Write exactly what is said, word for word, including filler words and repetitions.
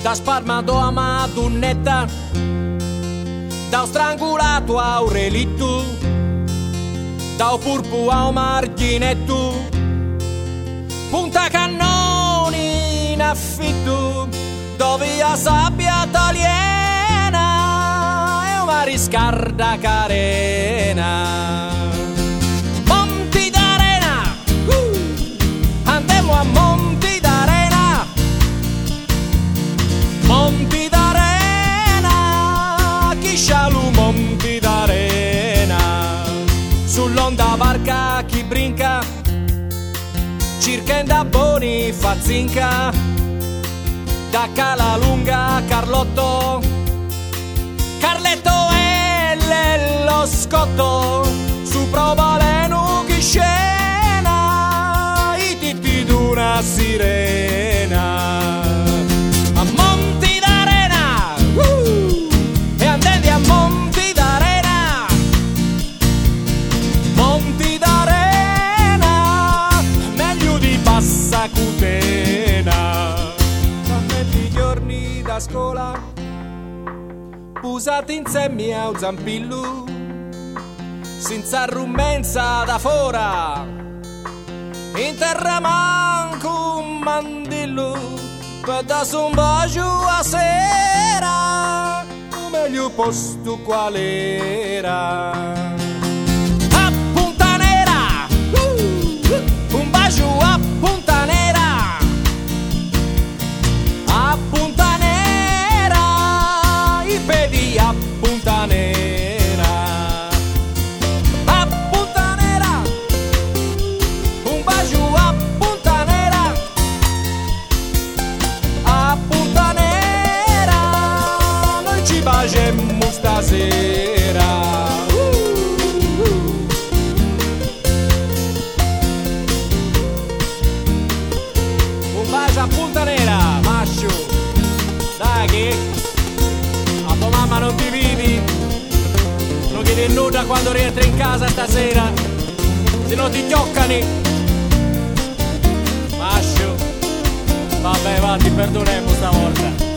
da sparmato a madonnetta, da strangolato a un relitto, da purpu a un marginetto, punta cannoni in affitto, dove la sabbia italiana e una riscarda carena. Monti d'arena, uh, andiamo a Monti d'arena, Monti d'arena, chi scialu Monti d'arena, sull'onda barca chi brinca, circhenda boni fa zinca, da Cala Lunga Carlotto, Carletto e lo scotto, su Provaleno chi scena, i titti d'una sirena. A Monti d'arena, uh, e andendi a Monti d'arena, Monti d'arena, meglio di Passacutena. Tanti giorni da scuola, pusati insieme a un zampillo, senza rummenza da fora, in terra manco un mandillo, per da un bacio a sera, o meglio posto qual era. A Punta Nera, uh, un bacio a Punta Nera, a Punta Nera, i pedi a Punta Nera, a Punta Nera, un bacio a Punta Nera, a Punta Nera, noi ci bacemmo stasera. Uh, uh. Un bacio a Punta Nera, mascio, dai che a tua mamma non ti vedi, non chiedi nulla quando rientri in casa stasera, se no ti chioccani, mascio. Vabbè, va, ti perdoniamo stavolta.